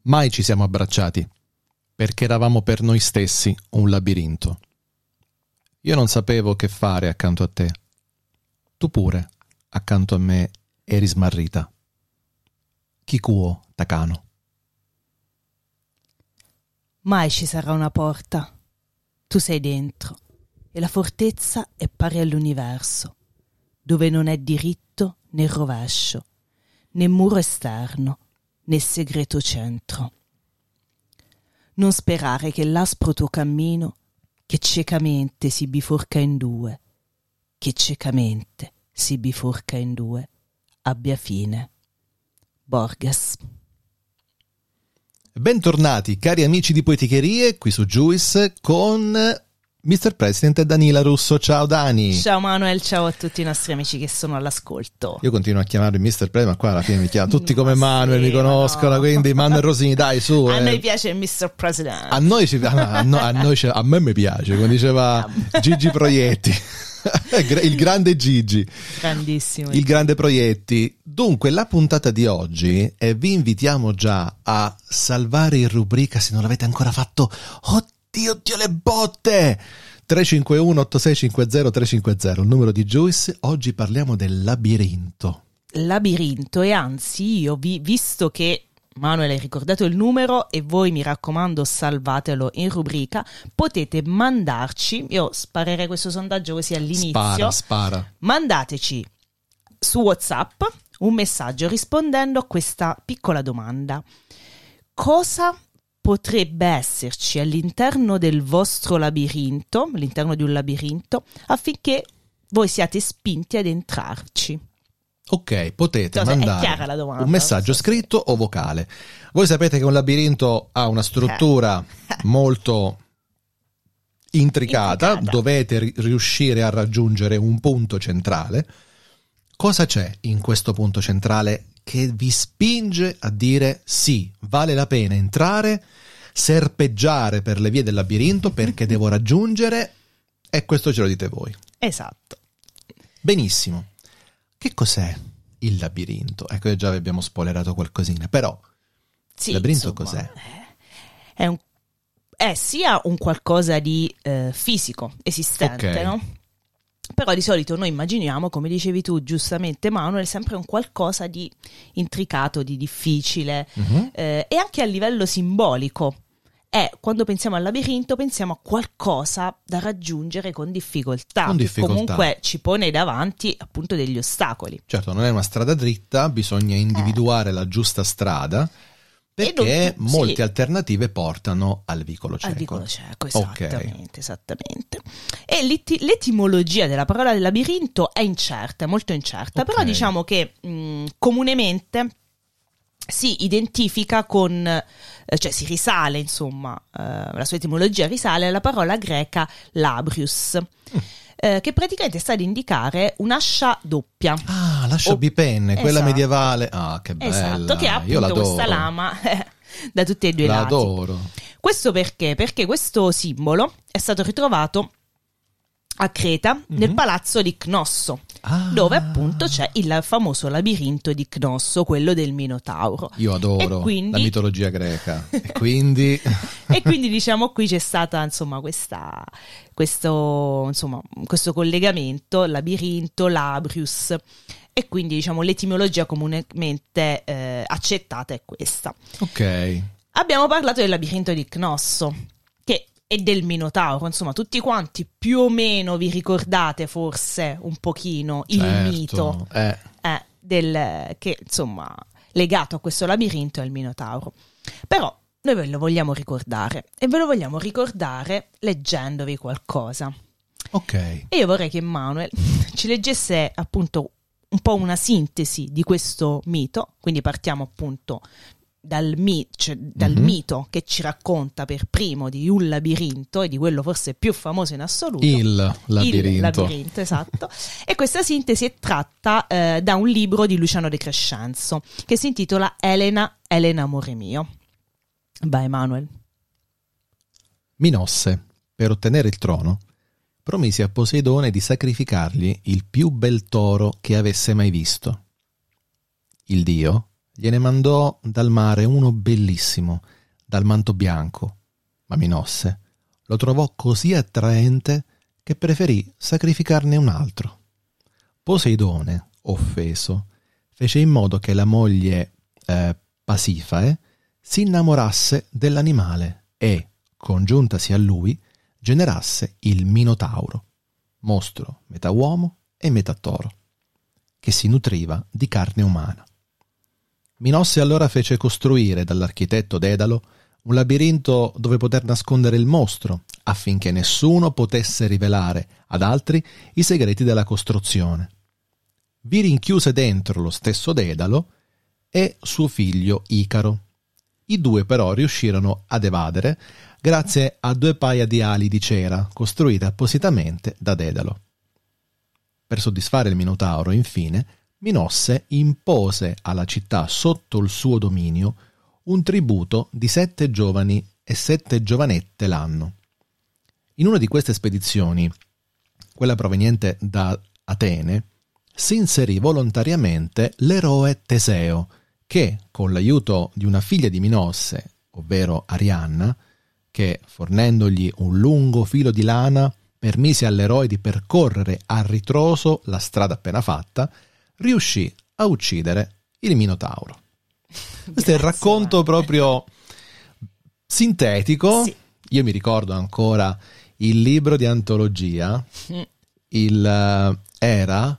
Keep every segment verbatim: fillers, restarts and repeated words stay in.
Mai ci siamo abbracciati, perché eravamo per noi stessi un labirinto. Io non sapevo che fare accanto a te. Tu pure, accanto a me, eri smarrita. Kikuo Takano. Mai ci sarà una porta. Tu sei dentro e la fortezza è pari all'universo, dove non è diritto né rovescio, né muro esterno, né segreto centro. Non sperare che l'aspro tuo cammino, che ciecamente si biforca in due, che ciecamente si biforca in due, abbia fine. Borges. Bentornati cari amici di Poeticherie qui su Juice con mister President e Danila Russo. Ciao Dani. Ciao Manuel, ciao a tutti i nostri amici che sono all'ascolto. Io continuo a chiamarlo mister President, ma qua alla fine mi chiamano tutti come Ma Manuel, sì, mi conoscono, no. quindi Manuel Rosini, dai su. A eh. noi piace il mister President. A noi, ci, a, no, a, noi a me mi piace, come diceva Gigi Proietti. Il grande Gigi. Grandissimo. Il grande Proietti. Dunque, la puntata di oggi, e vi invitiamo già a salvare in rubrica se non l'avete ancora fatto. Oddio, oddio, le botte! tre cinque uno otto sei cinque zero tre cinque zero, il numero di Juice. Oggi parliamo del labirinto. Labirinto, e anzi io vi, visto che Manuel hai ricordato il numero e voi mi raccomando salvatelo in rubrica, potete mandarci, io sparerei questo sondaggio così all'inizio, Spara, spara. Mandateci su WhatsApp un messaggio rispondendo a questa piccola domanda: cosa potrebbe esserci all'interno del vostro labirinto, all'interno di un labirinto, affinché voi siate spinti ad entrarci? Ok, potete Cioè, mandare è chiara la domanda, un messaggio so scritto o vocale. Voi sapete che un labirinto ha una struttura molto intricata, Intricata. dovete ri- riuscire a raggiungere un punto centrale. Cosa c'è in questo punto centrale che vi spinge a dire sì, vale la pena entrare, serpeggiare per le vie del labirinto perché devo raggiungere, e questo ce lo dite voi. Esatto. Benissimo. Che cos'è il labirinto? Ecco, già vi abbiamo spoilerato qualcosina, però Sì, il labirinto insomma, cos'è? È, un, è sia un qualcosa di eh, fisico, esistente, Ok. no? Però di solito noi immaginiamo, come dicevi tu giustamente Manuel, sempre un qualcosa di intricato, di difficile, Mhm. eh, e anche a livello simbolico. È, quando pensiamo al labirinto pensiamo a qualcosa da raggiungere con difficoltà, Con che difficoltà. comunque ci pone davanti appunto degli ostacoli. Certo, non è una strada dritta, bisogna individuare la giusta strada, perché non- molte sì. alternative portano al vicolo cieco. Al vicolo cieco, Ok. esattamente, esattamente. E l'eti- l'etimologia della parola del labirinto è incerta, è molto incerta, Ok. però diciamo che mh, comunemente si identifica con, eh, cioè si risale, insomma, eh, la sua etimologia risale alla parola greca labrius, Mm. eh, che praticamente sta ad indicare un'ascia doppia. Ah, lascia Oh, bipenne, quella esatto. medievale. Ah, che bella. Esatto, che ha Io appunto l'adoro. questa lama eh, da tutti e due i lati. L'adoro. Questo perché? Perché questo simbolo è stato ritrovato a Creta nel palazzo di Cnosso, Ah. dove appunto c'è il famoso labirinto di Cnosso, quello del Minotauro. Io adoro E quindi- la mitologia greca. E quindi... E quindi diciamo qui c'è stata insomma questa, questo, insomma, questo collegamento, labirinto, labrius, e quindi diciamo l'etimologia comunemente eh, accettata è questa. Ok. Abbiamo parlato del labirinto di Cnosso, che è del Minotauro, insomma tutti quanti più o meno vi ricordate forse un pochino il Certo. mito Eh. eh, del, che insomma legato a questo labirinto è il Minotauro. Però noi ve lo vogliamo ricordare, e ve lo vogliamo ricordare leggendovi qualcosa. Ok. E io vorrei che Manuel ci leggesse appunto un po' una sintesi di questo mito, quindi partiamo appunto dal, mi- cioè dal Mhm. mito che ci racconta per primo di un labirinto, e di quello forse più famoso in assoluto. Il labirinto. Il labirinto, esatto. E questa sintesi è tratta eh, da un libro di Luciano De Crescenzo che si intitola Elena, Elena amore mio. Vai Manuel. Minosse, per ottenere il trono, promise a Poseidone di sacrificargli il più bel toro che avesse mai visto. Il dio, gliene mandò dal mare uno bellissimo, dal manto bianco, ma Minosse lo trovò così attraente che preferì sacrificarne un altro. Poseidone, offeso, fece in modo che la moglie eh, Pasifae si innamorasse dell'animale e, congiuntasi a lui, generasse il Minotauro, mostro metà uomo e metà toro, che si nutriva di carne umana. Minosse allora fece costruire dall'architetto Dedalo un labirinto dove poter nascondere il mostro, affinché nessuno potesse rivelare ad altri i segreti della costruzione. Vi rinchiuse dentro lo stesso Dedalo e suo figlio Icaro. I due però riuscirono ad evadere grazie a due paia di ali di cera costruite appositamente da Dedalo. Per soddisfare il Minotauro, infine, Minosse impose alla città sotto il suo dominio un tributo di sette giovani e sette giovanette l'anno. In una di queste spedizioni, quella proveniente da Atene, si inserì volontariamente l'eroe Teseo, che, con l'aiuto di una figlia di Minosse, ovvero Arianna, che, fornendogli un lungo filo di lana, permise all'eroe di percorrere a ritroso la strada appena fatta, riuscì a uccidere il Minotauro. Questo è il racconto proprio sintetico. Sì. Io mi ricordo ancora il libro di antologia, mm. il uh, era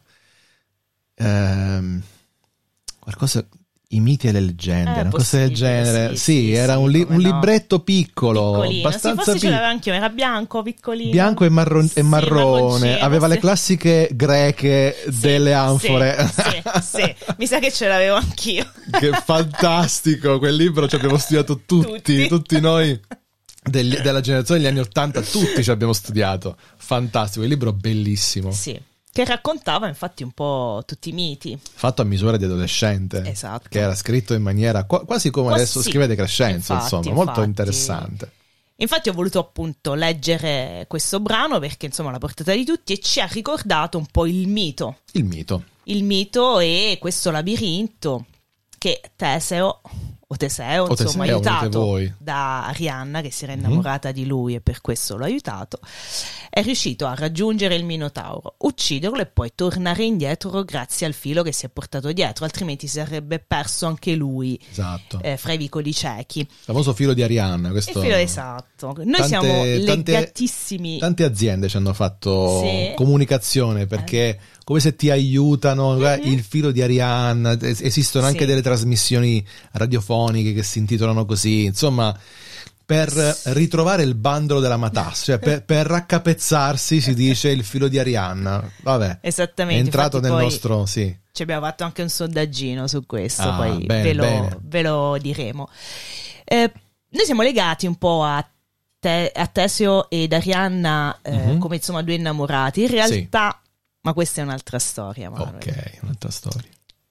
um, qualcosa... I miti e le leggende, una cosa del genere. Sì, sì era sì, un, li- un libretto piccolo, piccolino. Abbastanza sì, forse ce l'aveva anch'io, era bianco, piccolino. Bianco e, marron- sì, e marrone, aveva sì. le classiche greche sì, delle anfore. Sì, sì, sì, mi sa che ce l'avevo anch'io. Che fantastico, quel libro ci abbiamo studiato tutti, tutti, tutti noi degli, della generazione degli anni Ottanta, tutti ci abbiamo studiato. Fantastico, il libro bellissimo. Sì. Che raccontava infatti un po' tutti i miti. Fatto a misura di adolescente. Esatto. Che era scritto in maniera quasi come quasi adesso sì. scrivete Crescenzo, infatti, insomma, infatti. Molto interessante. Infatti ho voluto appunto leggere questo brano perché insomma alla portata di tutti e ci ha ricordato un po' il mito. Il mito. Il mito e questo labirinto che Teseo o Teseo, o insomma, Teseo, aiutato da Arianna, che si era innamorata mm-hmm. di lui e per questo l'ha aiutato, è riuscito a raggiungere il Minotauro, ucciderlo e poi tornare indietro grazie al filo che si è portato dietro, altrimenti si sarebbe perso anche lui. Esatto. eh, fra i vicoli ciechi. Il famoso filo di Arianna. Questo... Il filo esatto. Noi tante, siamo legatissimi. Tante, tante aziende ci hanno fatto sì. comunicazione perché eh. come se ti aiutano, mm-hmm. il filo di Arianna, esistono anche sì. delle trasmissioni radiofoniche che si intitolano così, insomma, per ritrovare il bandolo della matassa, cioè per, per raccapezzarsi si dice il filo di Arianna. Vabbè, esattamente, è entrato nel nostro, sì. Ci abbiamo fatto anche un sondaggino su questo, ah, poi bene, ve, lo, bene. ve lo diremo. Eh, noi siamo legati un po' a, te, a Teseo ed Arianna eh, mm-hmm. come insomma due innamorati, in realtà, sì. ma questa è un'altra storia. Manuel. Ok, un'altra storia.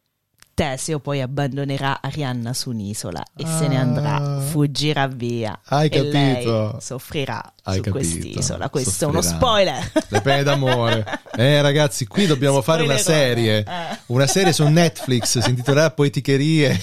Teseo poi abbandonerà Arianna su un'isola e ah, se ne andrà, fuggirà via. Hai e capito? Lei soffrirà hai su capito, quest'isola. Questo soffrirà. È uno spoiler. Le pene d'amore. Eh ragazzi, qui dobbiamo fare una serie. Eh. Una serie su Netflix, si intitolerà Poeticherie.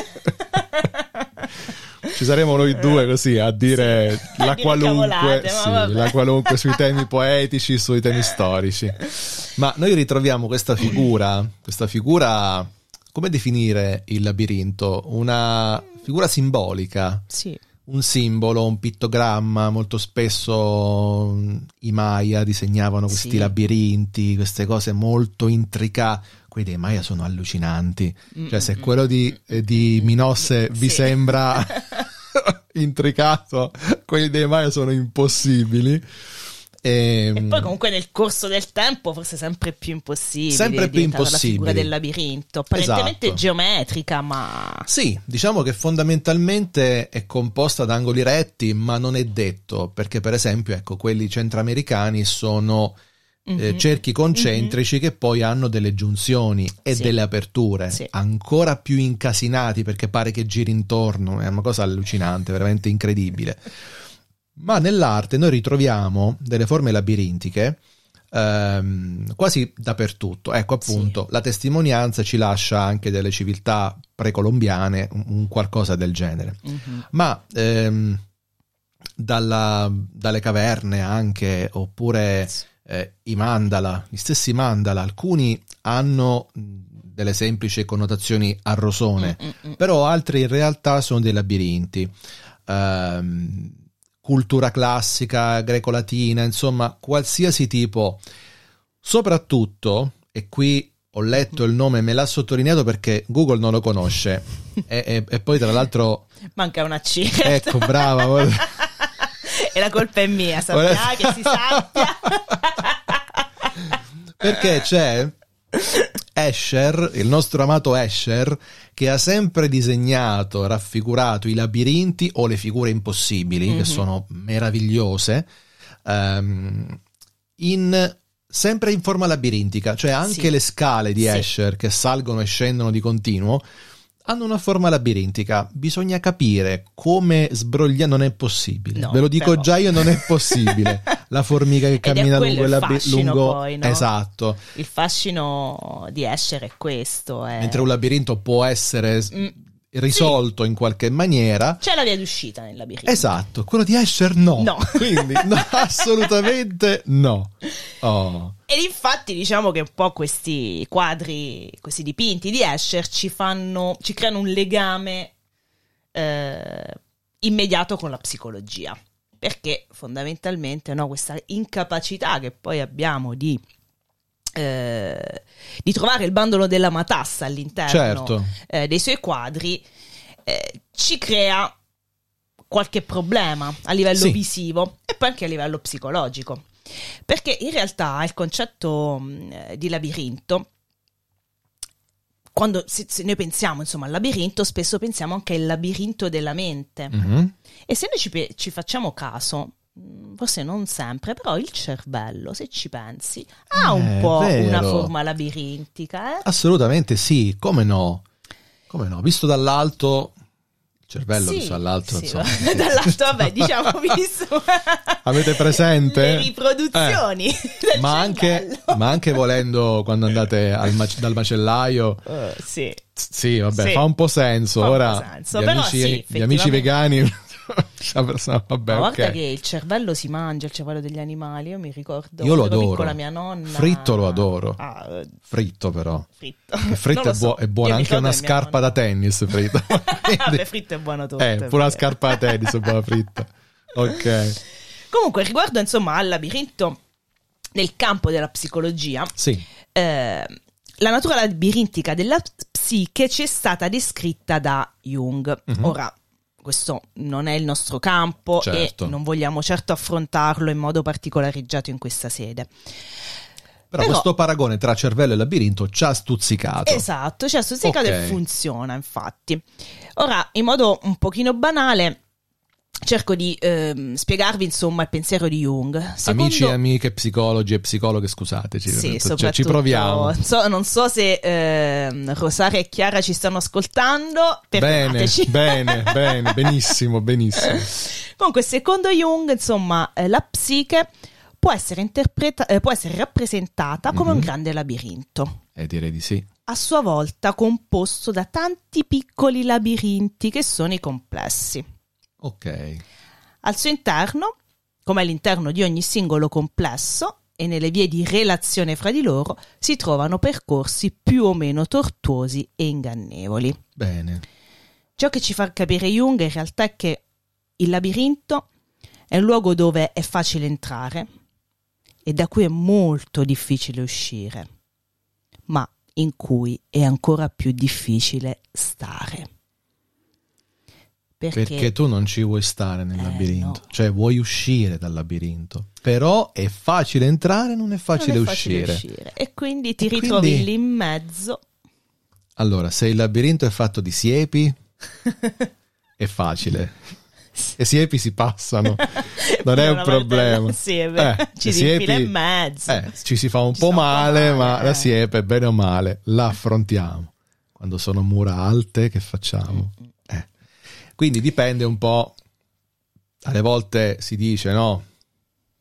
Ci saremo noi due così a dire sì, la, a dire qualunque, cavolate, sì, la qualunque sui temi poetici, sui temi storici. Ma noi ritroviamo questa figura, questa figura... Come definire il labirinto? Una figura simbolica, sì. un simbolo, un pittogramma. Molto spesso i Maya disegnavano questi sì. labirinti, queste cose molto intricate. Quelli dei Maya sono allucinanti. Mm-hmm. Cioè, se quello di, di Minosse vi sì. sembra intricato, quelli dei Maya sono impossibili. E, e poi comunque nel corso del tempo forse sempre più impossibile sempre più impossibile la figura del labirinto apparentemente esatto. geometrica, ma sì, diciamo che fondamentalmente è composta da angoli retti, ma non è detto, perché per esempio ecco quelli centroamericani sono mm-hmm. eh, cerchi concentrici mm-hmm. che poi hanno delle giunzioni e sì. delle aperture sì. ancora più incasinati, perché pare che giri intorno, è una cosa allucinante, veramente incredibile. Ma nell'arte noi ritroviamo delle forme labirintiche ehm, quasi dappertutto. Ecco, appunto, sì. La testimonianza ci lascia anche delle civiltà precolombiane, un, un qualcosa del genere. Mm-hmm. Ma ehm, dalla, dalle caverne anche, oppure eh, i mandala, gli stessi mandala, alcuni hanno delle semplici connotazioni a rosone, Mm-mm. però altri in realtà sono dei labirinti. Um, cultura classica, greco-latina, insomma, qualsiasi tipo. Soprattutto, e qui ho letto il nome, me l'ha sottolineato perché Google non lo conosce, e, e, e poi tra l'altro... Manca una C. Ecco, brava. E la colpa è mia, sappia che si sappia. Perché c'è Escher, il nostro amato Escher, che ha sempre disegnato, raffigurato i labirinti o le figure impossibili, mm-hmm. che sono meravigliose, um, in, sempre in forma labirintica, cioè anche sì. le scale di sì. Escher che salgono e scendono di continuo hanno una forma labirintica. Bisogna capire come sbrogliare, non è possibile. No, ve lo dico però. già io, non è possibile. La formica che cammina lungo il labirinto. Lungo... Poi, no? Esatto. Il fascino di Escher è questo. È... Mentre un labirinto può essere mm, risolto sì. in qualche maniera. C'è la via d'uscita nel labirinto. Esatto. Quello di Escher no. No. Quindi no, assolutamente no. Oh. Ed infatti diciamo che un po' questi quadri, questi dipinti di Escher ci fanno, ci creano un legame eh, immediato con la psicologia, perché fondamentalmente no, questa incapacità che poi abbiamo di, eh, di trovare il bandolo della matassa all'interno certo. eh, dei suoi quadri eh, ci crea qualche problema a livello sì. visivo e poi anche a livello psicologico. Perché in realtà il concetto mh, di labirinto, quando se, se noi pensiamo insomma al labirinto, spesso pensiamo anche al labirinto della mente. Mm-hmm. E se noi ci, ci facciamo caso, forse non sempre, però il cervello, se ci pensi, ha un eh, po' vero. una forma labirintica. Eh? Assolutamente sì, come no? Come no? Visto dall'alto... cervello sì, visto dall'alto, sì, insomma. Dall'alto, vabbè, diciamo visto. Avete presente? Le riproduzioni eh. del ma anche, ma anche volendo, quando andate al mac- dal macellaio, uh, sì. Sì, vabbè, sì. fa un po' senso. Fa Ora, un po' senso. Gli, Però amici, sì, gli amici vegani... vabbè, ma guarda okay. che il cervello si mangia, il cervello degli animali. Io mi ricordo, io lo adoro. Piccola, mia nonna fritto lo adoro. Ah, fritto però fritto, fritto è, so. buo- è buono, anche una scarpa da tennis fritto. Vabbè, fritto è buono tutto, eh, pure una scarpa da tennis è buona fritta. Ok. Comunque riguardo insomma al labirinto nel campo della psicologia, sì. eh, la natura labirintica della psiche ci è stata descritta da Jung. Mm-hmm. Ora, questo non è il nostro campo, certo. e non vogliamo certo affrontarlo in modo particolareggiato in questa sede. Però, Però questo paragone tra cervello e labirinto ci ha stuzzicato. Esatto, ci ha stuzzicato okay. e funziona, infatti. Ora, in modo un pochino banale, cerco di ehm, spiegarvi insomma il pensiero di Jung. Secondo... Amici e amiche psicologi e psicoloche, scusateci, sì, cioè, ci proviamo. So, non so se ehm, Rosaria e Chiara ci stanno ascoltando. Bene, bene, bene, benissimo, benissimo. Comunque, secondo Jung, insomma, eh, la psiche può essere interpreta- eh, può essere rappresentata come mm-hmm. un grande labirinto. Eh, direi di sì. A sua volta composto da tanti piccoli labirinti che sono i complessi. Ok. Al suo interno, come all'interno di ogni singolo complesso e nelle vie di relazione fra di loro, si trovano percorsi più o meno tortuosi e ingannevoli. Bene. Ciò che ci fa capire Jung in realtà è che il labirinto è un luogo dove è facile entrare e da cui è molto difficile uscire, ma in cui è ancora più difficile stare. Perché? Perché tu non ci vuoi stare nel eh, labirinto, no. cioè vuoi uscire dal labirinto, però è facile entrare, non è facile, non è uscire. facile uscire. E quindi ti e ritrovi quindi... lì in mezzo. Allora, se il labirinto è fatto di siepi, è facile. E siepi si passano, non è un problema. Siepe. Eh, ci si infila in mezzo. Eh, ci si fa un ci po' male, male, ma eh. la siepe, bene o male, la affrontiamo. Quando sono mura alte, che facciamo? Eh. Quindi dipende un po', alle volte si dice no,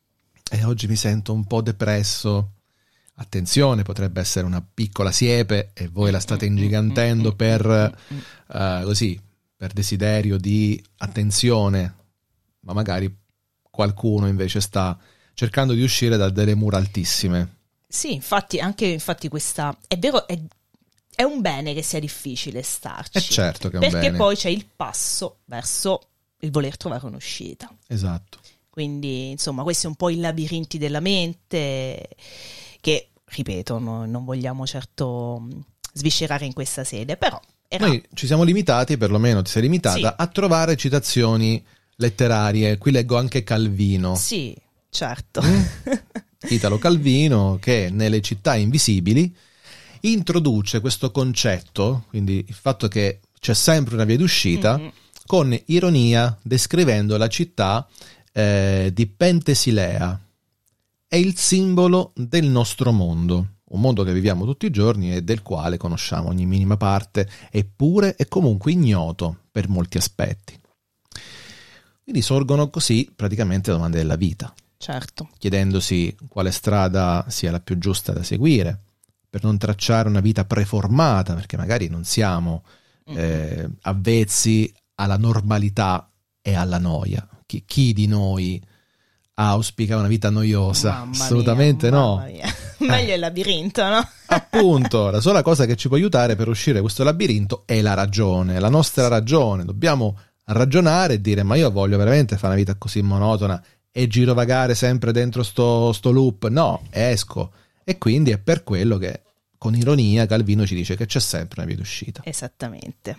e oggi mi sento un po' depresso. Attenzione, potrebbe essere una piccola siepe e voi la state ingigantendo per uh, così, per desiderio di attenzione, ma magari qualcuno invece sta cercando di uscire da delle mura altissime. Sì, infatti, anche infatti questa è vero, è, è un bene che sia difficile starci. È certo che è un perché bene. Poi c'è il passo verso il voler trovare un'uscita. Esatto. Quindi, insomma, questi sono un po' i labirinti della mente che, ripeto, no, non vogliamo certo sviscerare in questa sede, però era... Noi ci siamo limitati, perlomeno ti sei limitata, Sì. a trovare citazioni letterarie. Qui leggo anche Calvino. Sì, certo. Mm? Italo Calvino, che nelle città invisibili introduce questo concetto, quindi il fatto che c'è sempre una via d'uscita, mm-hmm. con ironia descrivendo la città eh, di Pentesilea. È il simbolo del nostro mondo, un mondo che viviamo tutti i giorni e del quale conosciamo ogni minima parte, eppure è comunque ignoto per molti aspetti. Quindi sorgono così praticamente domande della vita. Certo. Chiedendosi quale strada sia la più giusta da seguire, per non tracciare una vita preformata, perché magari non siamo eh, avvezzi alla normalità e alla noia. Chi, chi di noi auspica una vita noiosa? Mamma Assolutamente mia, no. mamma mia. Meglio il labirinto, no? Appunto, la sola cosa che ci può aiutare per uscire da questo labirinto è la ragione, la nostra ragione. Dobbiamo ragionare e dire: ma io voglio veramente fare una vita così monotona e girovagare sempre dentro sto, sto loop? No, esco. E quindi è per quello che con ironia Calvino ci dice che c'è sempre una via d'uscita. Esattamente.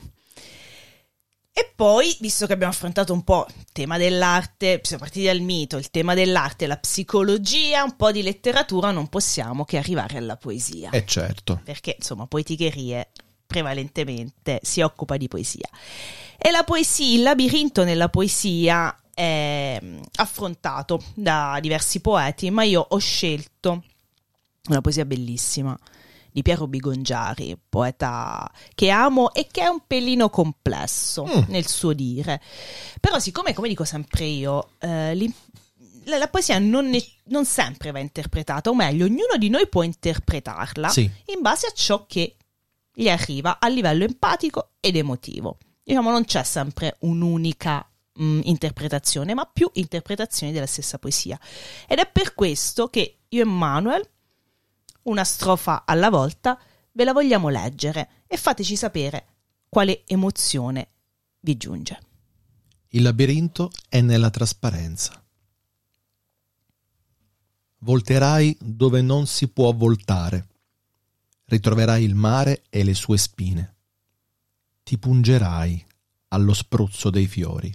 E poi, visto che abbiamo affrontato un po' il tema dell'arte, siamo partiti dal mito, il tema dell'arte, la psicologia, un po' di letteratura, non possiamo che arrivare alla poesia. Eh certo. Perché, insomma, Poeticherie prevalentemente si occupa di poesia. E la poesia, il labirinto nella poesia è affrontato da diversi poeti, ma io ho scelto una poesia bellissima di Piero Bigongiari, poeta che amo e che è un pelino complesso mm. nel suo dire. Però siccome, come dico sempre io, eh, la, la poesia non, ne, non sempre va interpretata, o meglio, ognuno di noi può interpretarla sì. in base a ciò che gli arriva a livello empatico ed emotivo. Diciamo, non c'è sempre un'unica mh, interpretazione, ma più interpretazioni della stessa poesia. Ed è per questo che io e Manuel, una strofa alla volta, ve la vogliamo leggere e fateci sapere quale emozione vi giunge. Il labirinto è nella trasparenza. Volterai dove non si può voltare. Ritroverai il mare e le sue spine. Ti pungerai allo spruzzo dei fiori.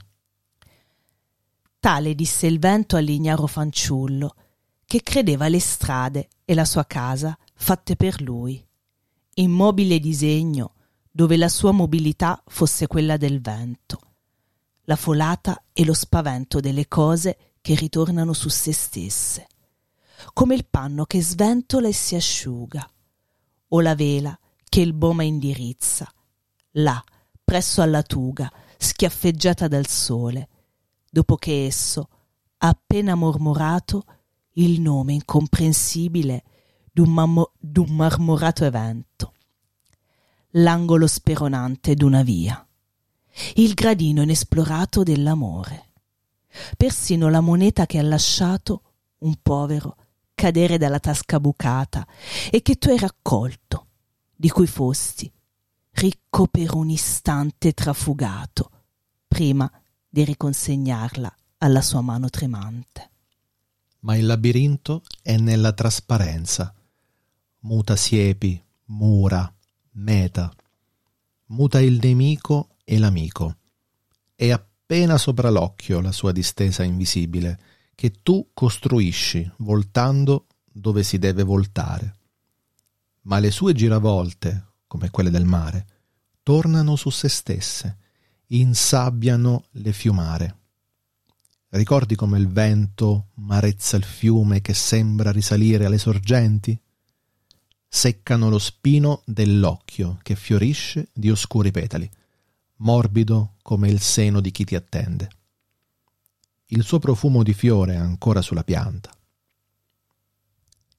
Tale disse il vento all'ignaro fanciullo, che credeva le strade e la sua casa fatte per lui, immobile disegno dove la sua mobilità fosse quella del vento, la folata e lo spavento delle cose che ritornano su se stesse, come il panno che sventola e si asciuga, o la vela che il boma indirizza, là, presso alla tuga, schiaffeggiata dal sole, dopo che esso ha appena mormorato il nome incomprensibile d'un, mammo, d'un marmorato evento, l'angolo speronante d'una via, il gradino inesplorato dell'amore, persino la moneta che ha lasciato un povero cadere dalla tasca bucata e che tu hai raccolto, di cui fosti ricco per un istante trafugato, prima di riconsegnarla alla sua mano tremante. Ma il labirinto è nella trasparenza. Muta siepi, mura, meta. Muta il nemico e l'amico. È appena sopra l'occhio la sua distesa invisibile, che tu costruisci voltando dove si deve voltare. Ma le sue giravolte, come quelle del mare, tornano su se stesse, insabbiano le fiumare. Ricordi come il vento marezza il fiume che sembra risalire alle sorgenti? Seccano lo spino dell'occhio che fiorisce di oscuri petali, morbido come il seno di chi ti attende. Il suo profumo di fiore è ancora sulla pianta.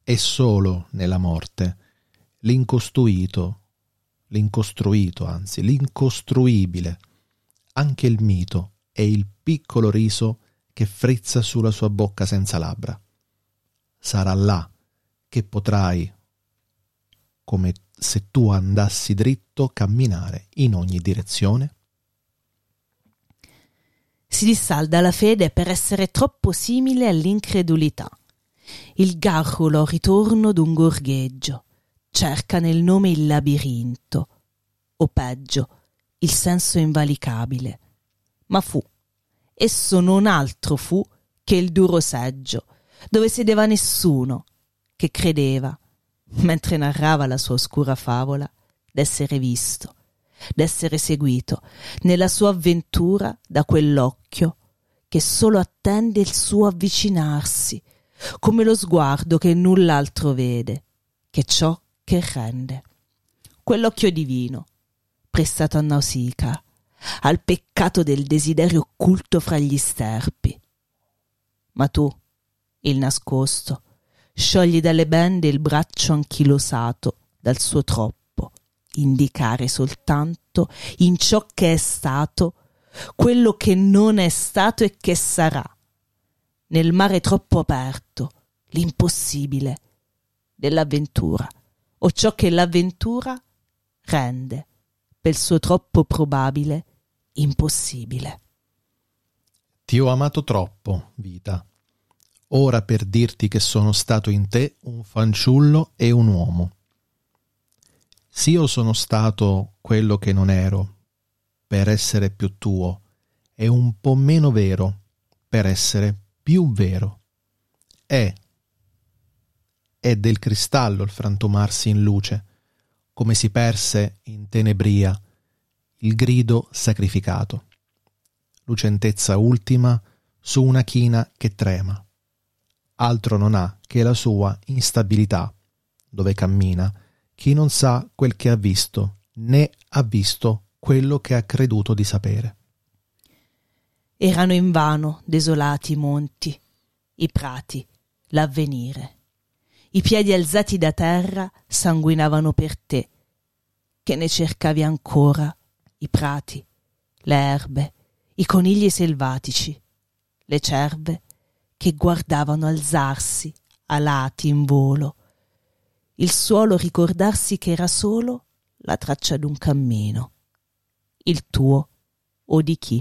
è solo nella morte l'incostruito, l'incostruito, anzi, l'incostruibile, anche il mito è il piccolo riso che frizza sulla sua bocca senza labbra. Sarà là che potrai, come se tu andassi dritto, camminare in ogni direzione. Si dissalda la fede per essere troppo simile all'incredulità. Il garrulo ritorno d'un gorgheggio cerca nel nome il labirinto, o peggio, il senso invalicabile. Ma fu, esso non altro fu che il duro seggio, dove sedeva nessuno, che credeva, mentre narrava la sua oscura favola, d'essere visto, d'essere seguito nella sua avventura da quell'occhio che solo attende il suo avvicinarsi, come lo sguardo che null'altro vede, che ciò che rende. Quell'occhio divino, prestato a Nausicaa, al peccato del desiderio occulto fra gli sterpi. Ma tu, il nascosto, sciogli dalle bende il braccio anchilosato dal suo troppo, indicare soltanto in ciò che è stato quello che non è stato e che sarà, nel mare troppo aperto, l'impossibile dell'avventura, o ciò che l'avventura rende, per suo troppo probabile, impossibile. Ti ho amato troppo, vita, ora per dirti che sono stato in te un fanciullo e un uomo. Sì, io sono stato quello che non ero, per essere più tuo, e un po' meno vero, per essere più vero. È, è del cristallo il frantumarsi in luce, come si perse in tenebria il grido sacrificato. Lucentezza ultima su una china che trema. Altro non ha che la sua instabilità, dove cammina chi non sa quel che ha visto, né ha visto quello che ha creduto di sapere. Erano invano desolati i monti, i prati, l'avvenire. I piedi alzati da terra sanguinavano per te, che ne cercavi ancora i prati, le erbe, i conigli selvatici, le cerve che guardavano alzarsi alati in volo, il suolo ricordarsi che era solo la traccia d'un cammino, il tuo o di chi.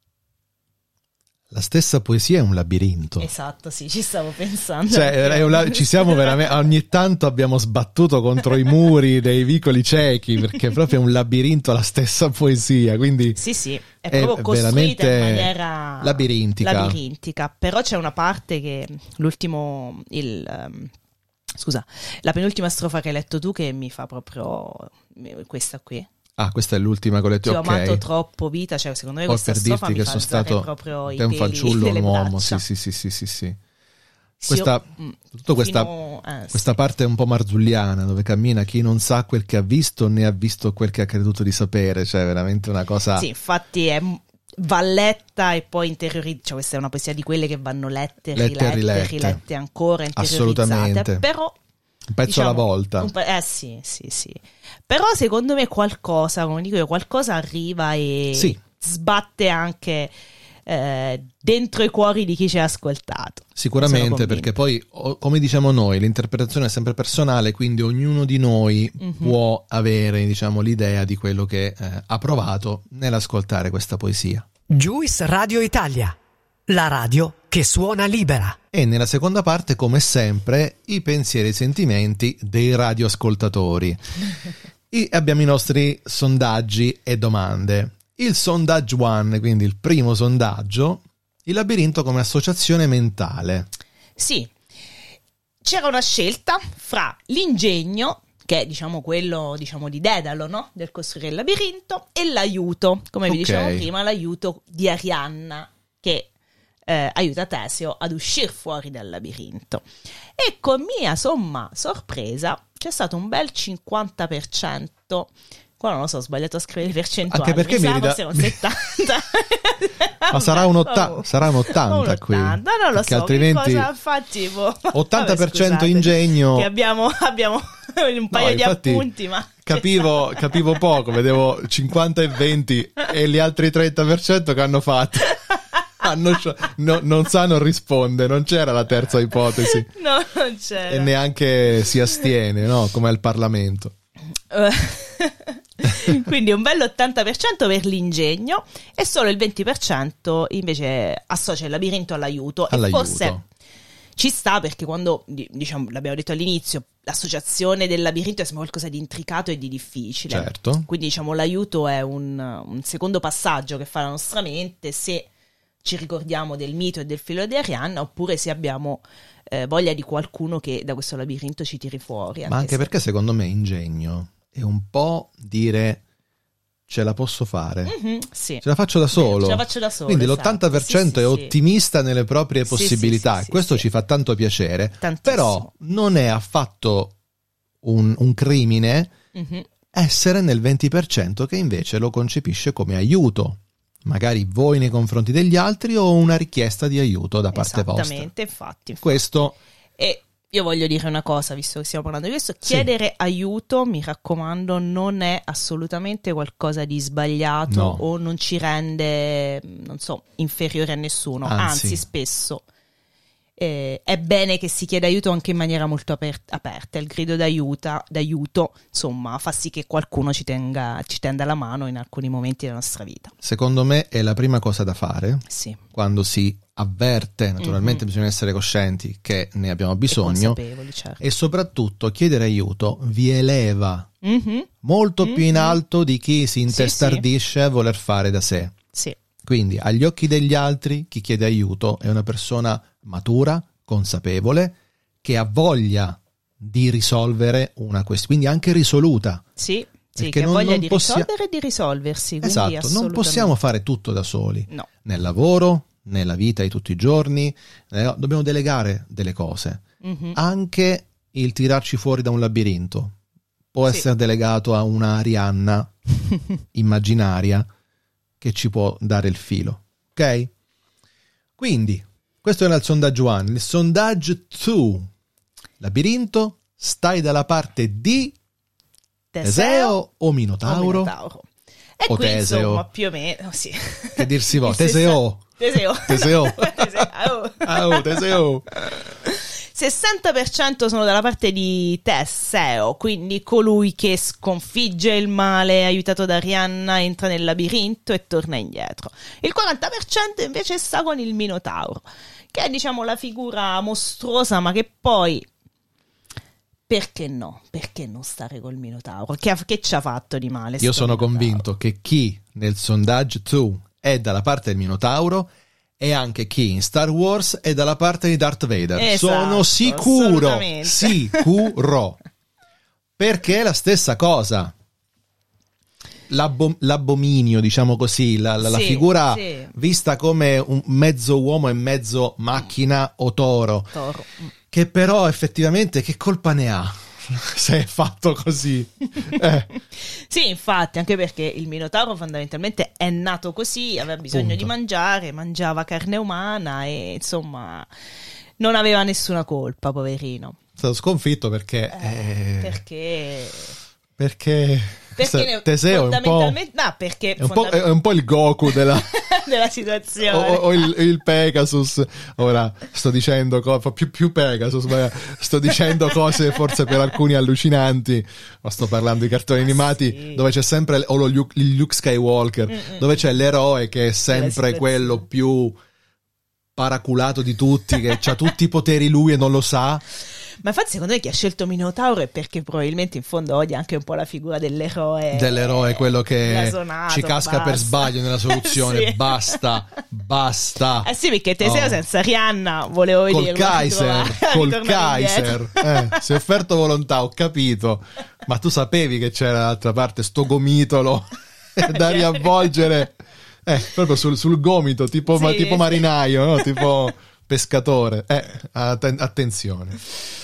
La stessa poesia è un labirinto. Esatto, sì, ci stavo pensando. Cioè, è un, ci siamo veramente, ogni tanto abbiamo sbattuto contro i muri dei vicoli ciechi, perché è proprio un labirinto la stessa poesia, quindi sì, sì, è, è proprio costruita in veramente maniera labirintica. labirintica. Però c'è una parte che l'ultimo, il um, scusa, la penultima strofa che hai letto tu che mi fa proprio questa qui. Ah, questa è l'ultima collettiva. Ti ho okay. amato troppo, vita, cioè secondo me Poi questa per strofa dirti mi che fa sono stato proprio i un peli fanciullo, un delle uomo, braccia. sì, sì, sì, sì, sì. Sì, Questa, io, tutto questa, fino, eh, questa sì. parte un po' marzulliana, dove cammina chi non sa quel che ha visto né ha visto quel che ha creduto di sapere, cioè veramente una cosa. Sì, infatti è va letta e poi interiorizzata, cioè questa è una poesia di quelle che vanno lette, Lette rilette, e rilette. rilette ancora, interiorizzate. Assolutamente. Però un pezzo diciamo, alla volta. Un, eh sì, sì, sì. Però secondo me qualcosa, come dico io, qualcosa arriva e sì. sbatte anche eh, dentro i cuori di chi ci ha ascoltato. Sicuramente, perché poi, come diciamo noi, l'interpretazione è sempre personale, quindi ognuno di noi mm-hmm. può avere, diciamo, l'idea di quello che eh, ha provato nell'ascoltare questa poesia. Juice Radio Italia, la radio che suona libera. E nella seconda parte, come sempre, i pensieri e i sentimenti dei radioascoltatori. E abbiamo i nostri sondaggi e domande. Il sondaggio one, quindi il primo sondaggio, il labirinto come associazione mentale. Sì, c'era una scelta fra l'ingegno, che è diciamo quello diciamo di Dedalo, no? Del costruire il labirinto, e l'aiuto, come vi okay. dicevamo prima, l'aiuto di Arianna, che Eh, aiuta Teseo ad uscire fuori dal labirinto. E con mia somma sorpresa c'è stato un bel cinquanta per cento Qua non lo so, ho sbagliato a scrivere le percentuali. Anche perché mi, mi rida... sa, un settanta. Ma sarà un, otta... oh. sarà un ottanta qui. No, non lo so, altrimenti che cosa fa tipo... ottanta per cento Vabbè, ingegno. Che abbiamo, abbiamo un paio no, di infatti, appunti, ma... Capivo, capivo poco, vedevo cinquanta e venti e gli altri trenta per cento che hanno fatto. Hanno sci... no, non sanno rispondere, non c'era la terza ipotesi. No, non c'era. E neanche si astiene, no? Come al Parlamento. Quindi un bello ottanta per cento per l'ingegno e solo il venti per cento invece associa il labirinto all'aiuto. all'aiuto. E forse ci sta, perché quando, diciamo, l'abbiamo detto all'inizio, l'associazione del labirinto è sempre qualcosa di intricato e di difficile. Certo. Quindi diciamo l'aiuto è un, un secondo passaggio che fa la nostra mente se ci ricordiamo del mito e del filo di Arianna, oppure se abbiamo eh, voglia di qualcuno che da questo labirinto ci tiri fuori. Ma anche se... perché secondo me ingegno è un po' dire ce la posso fare, mm-hmm, sì. ce la faccio da solo. Ce la faccio da solo. Quindi esatto. l'ottanta per cento sì, è sì, ottimista nelle proprie possibilità, sì, sì, e questo sì, ci fa tanto piacere. Tantissimo. Però non è affatto un, un crimine mm-hmm. essere nel venti per cento che invece lo concepisce come aiuto. Magari voi nei confronti degli altri o una richiesta di aiuto da parte vostra. Esattamente, infatti. Questo... E io voglio dire una cosa, visto che stiamo parlando di questo, chiedere sì. aiuto, mi raccomando, non è assolutamente qualcosa di sbagliato no. o non ci rende, non so, inferiore a nessuno. Anzi, Anzi spesso eh, è bene che si chieda aiuto anche in maniera molto aper- aperta. Il grido d'aiuto, d'aiuto, insomma, fa sì che qualcuno ci tenga, ci tenda la mano in alcuni momenti della nostra vita. Secondo me è la prima cosa da fare sì. quando si avverte, naturalmente mm-hmm. bisogna essere coscienti che ne abbiamo bisogno e, certo. e soprattutto chiedere aiuto vi eleva mm-hmm. molto mm-hmm. più in alto di chi si intestardisce sì, sì. a voler fare da sé. Sì. Quindi agli occhi degli altri chi chiede aiuto è una persona matura, consapevole, che ha voglia di risolvere una questione, quindi anche risoluta. Sì, sì, perché che ha non, voglia non di possia... risolvere e di risolversi. Esatto, non possiamo fare tutto da soli. No. Nel lavoro, nella vita di tutti i giorni, eh, dobbiamo delegare delle cose. Mm-hmm. Anche il tirarci fuori da un labirinto può sì. essere delegato a una Arianna immaginaria che ci può dare il filo. Ok? Quindi, questo era il sondaggio uno. Il sondaggio due. Labirinto, stai dalla parte di Teseo, Teseo o Minotauro? O Minotauro. E o qui Teseo. Insomma, più o meno, sì. Che dir si vuole? Teseo. Teseo. Teseo. Teseo. Oh, Teseo. sessanta per cento sono dalla parte di Teseo, quindi colui che sconfigge il male, aiutato da Arianna, entra nel labirinto e torna indietro. Il quaranta per cento invece sta con il Minotauro, che è, diciamo, la figura mostruosa, ma che poi... Perché no? Perché non stare col Minotauro? Che, che ci ha fatto di male? Io sono Minotauro? convinto che chi nel sondaggio due è dalla parte del Minotauro e anche chi in Star Wars è dalla parte di Darth Vader. Esatto, sono sicuro, sicuro. Perché è la stessa cosa. L'abo- l'abominio, diciamo così, la, la, sì, la figura sì. vista come un mezzo uomo e mezzo macchina o toro. Toro. Che però effettivamente che colpa ne ha se è fatto così? eh. Sì, infatti, anche perché il Minotauro fondamentalmente è nato così, aveva bisogno Punto. di mangiare, mangiava carne umana e insomma non aveva nessuna colpa, poverino. È stato sconfitto perché... Eh, eh, perché... Perché... Perché ne, Teseo è un po'... No, perché È un, po', è un po' il Goku della... della situazione. O, o il, il Pegasus. Ora sto dicendo cose più, più Pegasus, ma sto dicendo cose forse per alcuni allucinanti, ma sto parlando di cartoni animati sì. dove c'è sempre o lo Luke, il Luke Skywalker, Mm-mm. dove c'è l'eroe che è sempre quello più paraculato di tutti, che ha tutti i poteri lui e non lo sa. Ma infatti secondo me chi ha scelto Minotauro è perché probabilmente in fondo odia anche un po' la figura dell'eroe. Dell'eroe, quello che blasonato, ci casca basta. per sbaglio nella soluzione. Sì. Basta, basta. Eh sì, perché Teseo Oh. senza Arianna volevo Col dire Kaiser, col Kaiser. Eh, si è offerto volontà, ho capito. Ma tu sapevi che c'era dall'altra parte sto gomitolo da riavvolgere. Eh, proprio sul, sul gomito, tipo, sì, ma, tipo sì. marinaio, no? Tipo pescatore. Eh, atten- attenzione.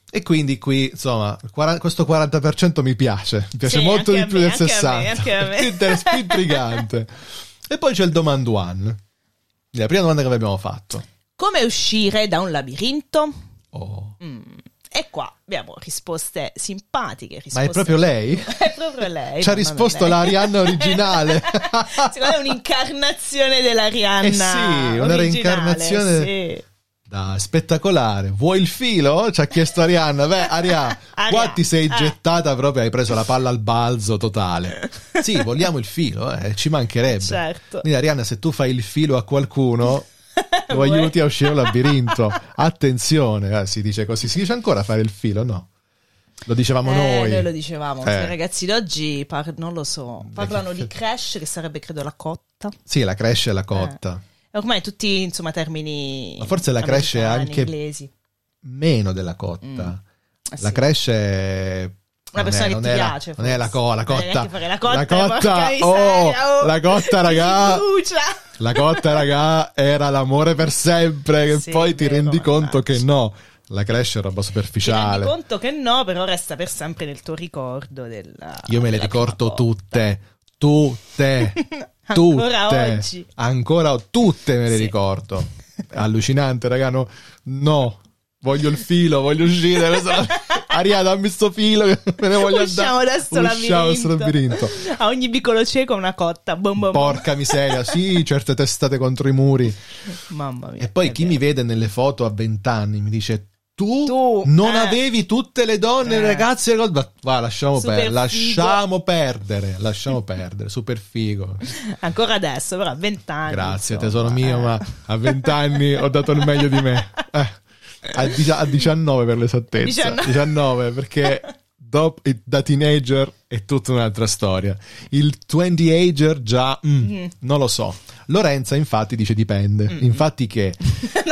E quindi qui, insomma, quaranta questo quaranta per cento mi piace, mi piace Sì, molto anche di a più me, del anche a me, sessanta. anche a me. Più inter- più intrigante. E poi c'è il Demand One. La prima domanda che vi abbiamo fatto. Come uscire da un labirinto? Oh. Mm. E qua abbiamo risposte simpatiche. Risposte Ma è proprio lei? È proprio lei. Ci ha no, risposto non è. l'Arianna originale. Secondo me è un'incarnazione dell'Arianna. Eh sì, una originale, reincarnazione. Sì. Dai, spettacolare. Vuoi il filo? Ci ha chiesto Arianna. Beh, Aria, Aria, qua ti sei eh. gettata proprio, hai preso la palla al balzo totale. Sì, vogliamo il filo, eh, ci mancherebbe. Certo. Quindi Arianna, se tu fai il filo a qualcuno, lo Vuoi? aiuti a uscire dal labirinto. Attenzione, eh, si dice così. Si dice ancora fare il filo? No. Lo dicevamo Eh, noi. noi lo dicevamo. Eh. I ragazzi d'oggi par- non lo so. Parlano di crash, che sarebbe credo la cotta. Sì, la cresce e la cotta. E ormai tutti, insomma, termini. Ma forse la cresce americani, anche inglesi. meno della cotta. Mm. Eh La sì. cresce è- Una non persona è- che non ti è la- piace, non è la, forse. co- la Non cotta devi neanche fare la cotta, la cotta porca oh, miseria, oh. la cotta raga Si brucia. la cotta raga era l'amore per sempre, che Sì, poi ti vero, rendi conto mannaggia. che no, la cresce è roba Ti rendi superficiale. conto che no, però resta per sempre nel tuo ricordo. Della, Io me le della ricordo prima tutte tutte Ancora tutte oggi. ancora tutte me le Sì. ricordo. Allucinante raga, no, no. Voglio il filo, voglio uscire. Adesso- Aria, dammi sto filo che me ne voglio Usciamo andare. da sto Usciamo da sto labirinto. labirinto. A ogni vicolo cieco una cotta. Bom, bom, bom. Porca miseria, sì, certe testate contro i muri. Mamma mia. E poi è chi vero. mi vede nelle foto a vent'anni mi dice: Tu, Tu, non eh. avevi tutte le donne, Eh. le ragazze, le cose. Ma va, lasciamo, Super per- figo. lasciamo perdere, lasciamo perdere, super figo. Ancora adesso, però a vent'anni. Grazie, insomma, tesoro mio, eh. ma a vent'anni ho dato il meglio di me. Eh, a, dici- a diciannove per l'esattezza. diciannove. diciannove, perché dopo, da teenager è tutta un'altra storia. Il twenty-ager già, mm, Mm. non lo so. Lorenza infatti dice dipende. Mm. Infatti che... No,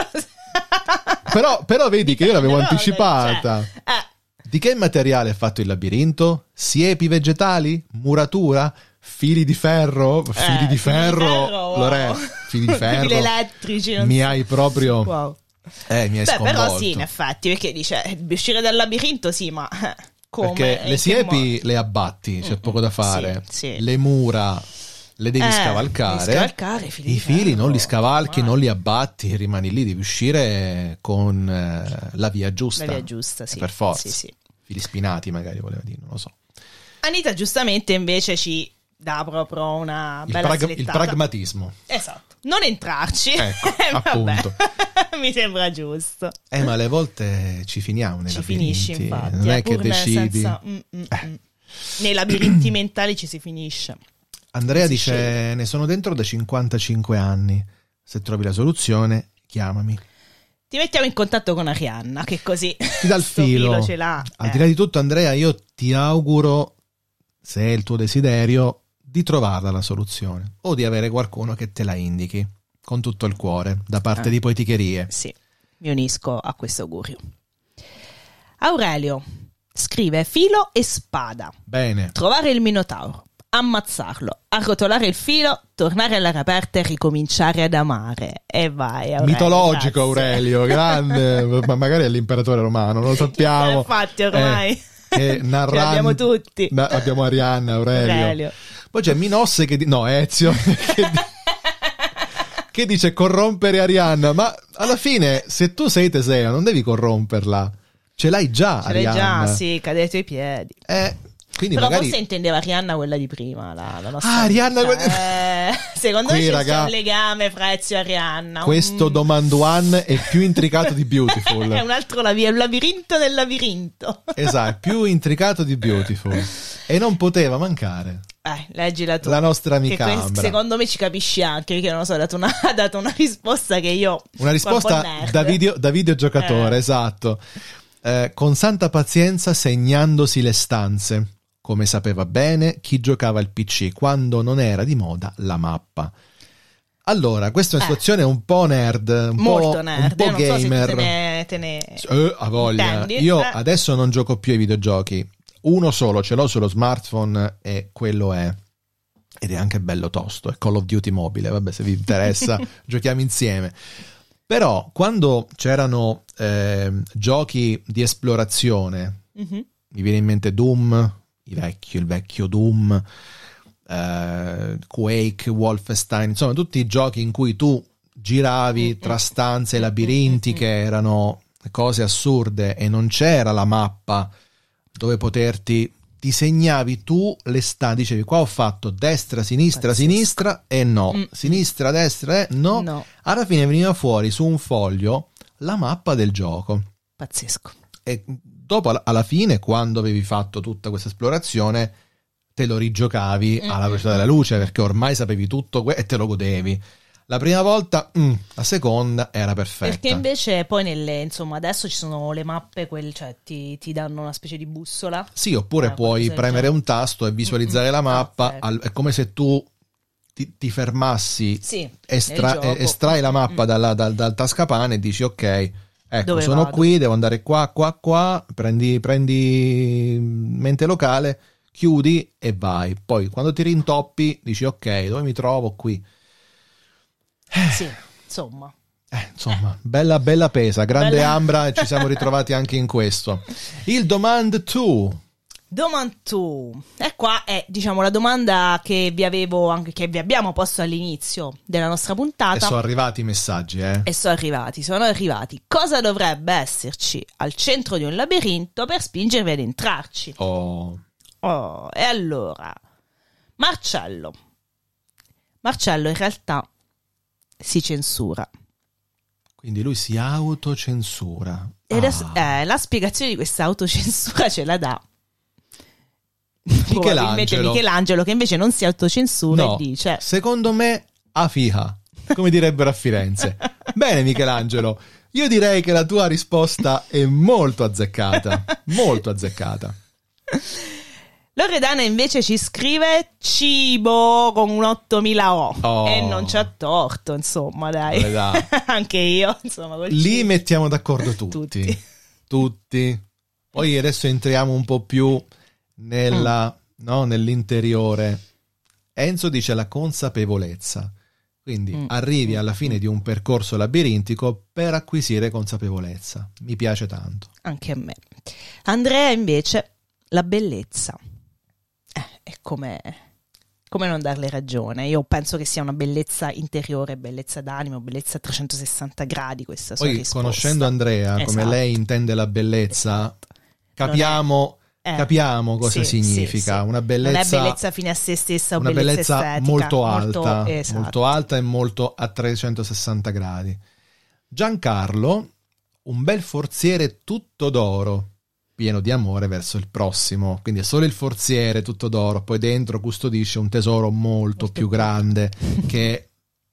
Però, però vedi che io l'avevo Però, anticipata. cioè, eh, Di che materiale è fatto il labirinto? Siepi vegetali? Muratura? Fili di ferro? Fili Eh, di fili di ferro? ferro, wow. Lore, fili di ferro? Fili elettrici, non Mi so. hai proprio... Wow. Eh, mi hai Beh, sconvolto. però sì, in effetti, perché dice eh, uscire dal labirinto, sì, ma eh, come? Perché In le che siepi modo? le abbatti, c'è poco da fare. Sì, sì. Le mura le devi Eh, scavalcare. devi scavalcare i fili I di fili ferro. non li scavalchi, Ma- non li abbatti, rimani lì, devi uscire con eh, la via giusta. La via giusta, sì. Per forza. Sì, sì. Fili spinati magari voleva dire, non lo so. Anita giustamente invece ci dà proprio una Il, bella prag- il selettata. pragmatismo. Esatto. Non entrarci. Ecco, Eh, vabbè. appunto. Mi sembra giusto. Eh, ma alle volte ci finiamo nei Ci labirinti. finisci, infatti. Non è che pur nel decidi. senza- mm, mm, mm. Nei labirinti mentali ci si finisce. Andrea si dice: sceglie. ne sono dentro da cinquantacinque anni. Se trovi la soluzione, chiamami. Ti mettiamo in contatto con Arianna, che così Ti dà il sto filo. ce l'ha. Al Eh. di là di tutto, Andrea, io ti auguro, se è il tuo desiderio, di trovarla la soluzione o di avere qualcuno che te la indichi con tutto il cuore da parte Ah. di Poeticherie. Sì, mi unisco a questo augurio. Aurelio scrive: filo e spada. Bene. Trovare il minotauro, ammazzarlo, arrotolare il filo, tornare all'aria aperta e ricominciare ad amare. E vai, Aurelio. Mitologico grazie. Aurelio, grande, ma magari è l'imperatore romano, non lo sappiamo. Infatti ormai Eh, che narrando- ce l'abbiamo tutti. Na- abbiamo Arianna, Aurelio. Aurelio. Poi c'è Minosse che di- no, Ezio che, di- che dice corrompere Arianna, ma alla fine se tu sei Teseo non devi corromperla. Ce l'hai già Ce l'hai Arianna. già, sì, cade ai tuoi piedi. Eh, quindi Però magari forse intendeva Arianna quella di prima, la, la nostra Ah, Arianna amica. quella- Eh, secondo Qui, me c'è raga, un legame fra Ezio e Arianna. questo Mm. Demand One è più intricato di È Beautiful. un altro labi- è un labirinto del labirinto. Esatto, è più intricato di Beautiful. E non poteva mancare Eh, leggila tu. la nostra Che amica que- Ambra. secondo me ci capisci anche, perché non lo so, ha dato una, ha dato una risposta che io... Una risposta un po' nerd. da, video, da videogiocatore, Eh. esatto. Eh, con santa pazienza segnandosi le stanze, come sapeva bene chi giocava al P C quando non era di moda la mappa. Allora, questa è una Eh. situazione un po' nerd, un Molto po', nerd. un po' Io non so se tu gamer. te ne... Te ne... Eh, a voglia. intendi? Io Eh. adesso non gioco più ai videogiochi. Uno solo, ce l'ho sullo smartphone e quello è. Ed è anche bello tosto, è Call of Duty mobile, vabbè se vi interessa giochiamo insieme. Però quando c'erano eh, giochi di esplorazione, Mhm. mi viene in mente Doom, i vecchi, il vecchio Doom, eh, Quake, Wolfenstein, insomma tutti i giochi in cui tu giravi tra stanze labirintiche, erano cose assurde e non c'era la mappa dove poterti, ti segnavi tu le stanze, dicevi qua ho fatto destra, sinistra, Pazzesco. sinistra e no, Mm. sinistra, destra e no. No, Alla fine veniva fuori su un foglio la mappa del gioco. pazzesco. E dopo, alla- alla fine, quando avevi fatto tutta questa esplorazione, te lo rigiocavi alla Mm-mm. velocità della luce, perché ormai sapevi tutto que- e te lo godevi. La prima volta, mm, la seconda era perfetta. Perché invece poi nelle, insomma, adesso ci sono le mappe, quel, cioè ti, ti danno una specie di bussola. Sì, oppure Eh, puoi qualcosa del premere genere. un tasto e visualizzare Mm-mm. la mappa. Ah, ok. al- è come se tu ti, ti fermassi, Sì, estra- nel gioco. eh, estrai la mappa Mm. dalla- dal, dal tascapane e dici ok, ecco, Dove sono vado? qui, devo andare qua, qua, qua, prendi, prendi mente locale, chiudi e vai. Poi quando ti rintoppi dici ok, dove mi trovo? Qui. Sì, insomma. Eh, insomma, bella bella pesa, grande Bella- ambra e ci siamo ritrovati anche in questo. Il Demand due. Domanda tu. E qua è, diciamo, la domanda che vi avevo, anche che vi abbiamo posto all'inizio della nostra E puntata. sono arrivati i messaggi, eh. E sono arrivati, sono arrivati. Cosa dovrebbe esserci al centro di un labirinto per spingervi ad entrarci? Oh. Oh, e allora, Marcello. Marcello in realtà si censura. Quindi lui si autocensura. E adesso- Ah. eh, la spiegazione di questa autocensura ce la dà probabilmente Michelangelo. Michelangelo, che invece non si autocensura No, e dice: secondo me a fiha, come direbbero a Firenze. Bene Michelangelo, io direi che la tua risposta è molto azzeccata, molto azzeccata. Loredana invece ci scrive cibo con un ottomila O. Oh. E non c'ha torto, insomma, dai. Loredana. Anche io, insomma, col Lì cibo. mettiamo d'accordo tutti. Tutti. Tutti. Poi adesso entriamo un po' più nella, no, nell'interiore. Enzo dice la consapevolezza. Quindi Mm. arrivi alla fine di un percorso labirintico per acquisire consapevolezza. Mi piace tanto. Anche a me. Andrea invece la bellezza. Eh, è come, come non darle ragione. Io penso che sia una bellezza interiore, bellezza d'animo, bellezza a trecentosessanta gradi questa sua Poi risposta. conoscendo Andrea, come Esatto. lei intende la bellezza, Esatto. capiamo, Eh, capiamo cosa sì, significa. sì, sì. Una bellezza, Non è bellezza fine a se stessa o una bellezza, bellezza estetica. molto alta, esatto. molto alta e molto a trecentosessanta gradi. Giancarlo, un bel forziere tutto d'oro, pieno di amore verso il prossimo. Quindi è solo il forziere tutto d'oro, poi dentro custodisce un tesoro molto, Molto più più. grande che